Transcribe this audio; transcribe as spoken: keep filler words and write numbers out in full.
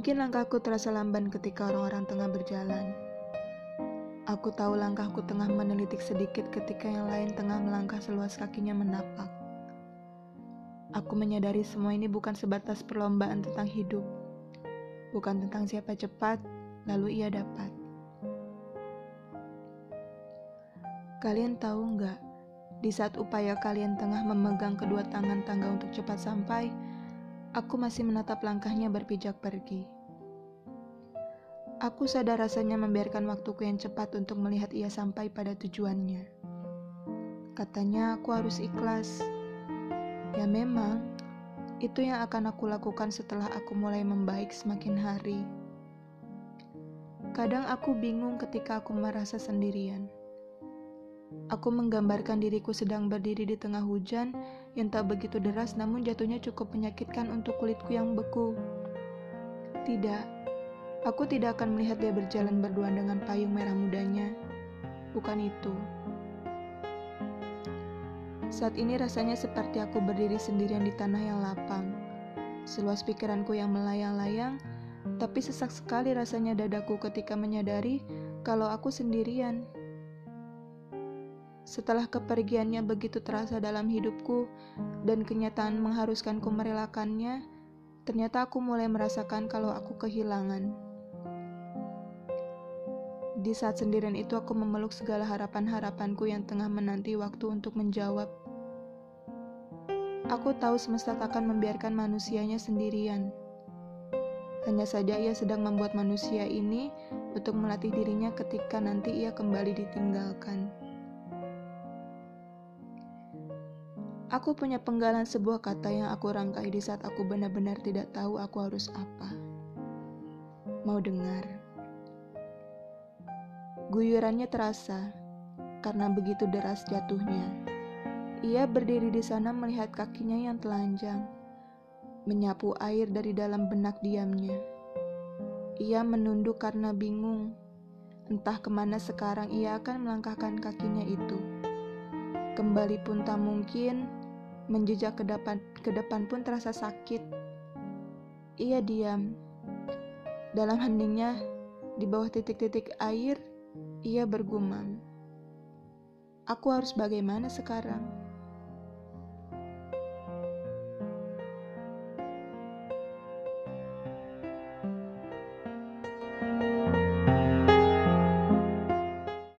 Mungkin langkahku terasa lamban ketika orang-orang tengah berjalan. Aku tahu langkahku tengah menelitik sedikit ketika yang lain tengah melangkah seluas kakinya menapak. Aku menyadari semua ini bukan sebatas perlombaan tentang hidup. Bukan tentang siapa cepat, lalu ia dapat. Kalian tahu nggak, di saat upaya kalian tengah memegang kedua tangan tangga untuk cepat sampai, aku masih menatap langkahnya berpijak pergi. Aku sadar rasanya membiarkan waktuku yang cepat untuk melihat ia sampai pada tujuannya. Katanya aku harus ikhlas. Ya memang, itu yang akan aku lakukan setelah aku mulai membaik semakin hari. Kadang aku bingung ketika aku merasa sendirian. Aku menggambarkan diriku sedang berdiri di tengah hujan yang tak begitu deras namun jatuhnya cukup menyakitkan untuk kulitku yang beku. Tidak, aku tidak akan melihat dia berjalan berdua dengan payung merah mudanya. Bukan itu. Saat ini rasanya seperti aku berdiri sendirian di tanah yang lapang. Seluas pikiranku yang melayang-layang, tapi sesak sekali rasanya dadaku ketika menyadari kalau aku sendirian. Setelah kepergiannya begitu terasa dalam hidupku dan kenyataan mengharuskanku merelakannya, ternyata aku mulai merasakan kalau aku kehilangan. Di saat sendirian itu aku memeluk segala harapan-harapanku yang tengah menanti waktu untuk menjawab. Aku tahu semesta takkan membiarkan manusianya sendirian. Hanya saja ia sedang membuat manusia ini untuk melatih dirinya ketika nanti ia kembali ditinggalkan. Aku punya penggalan sebuah kata yang aku rangkai di saat aku benar-benar tidak tahu aku harus apa. Mau dengar? Guyurannya terasa, karena begitu deras jatuhnya. Ia berdiri di sana melihat kakinya yang telanjang, menyapu air dari dalam benak diamnya. Ia menunduk karena bingung, entah kemana sekarang ia akan melangkahkan kakinya itu. Kembali pun tak mungkin, menjejak ke depan, ke depan pun terasa sakit. Ia diam. Dalam heningnya, di bawah titik-titik air, ia bergumam. Aku harus bagaimana sekarang?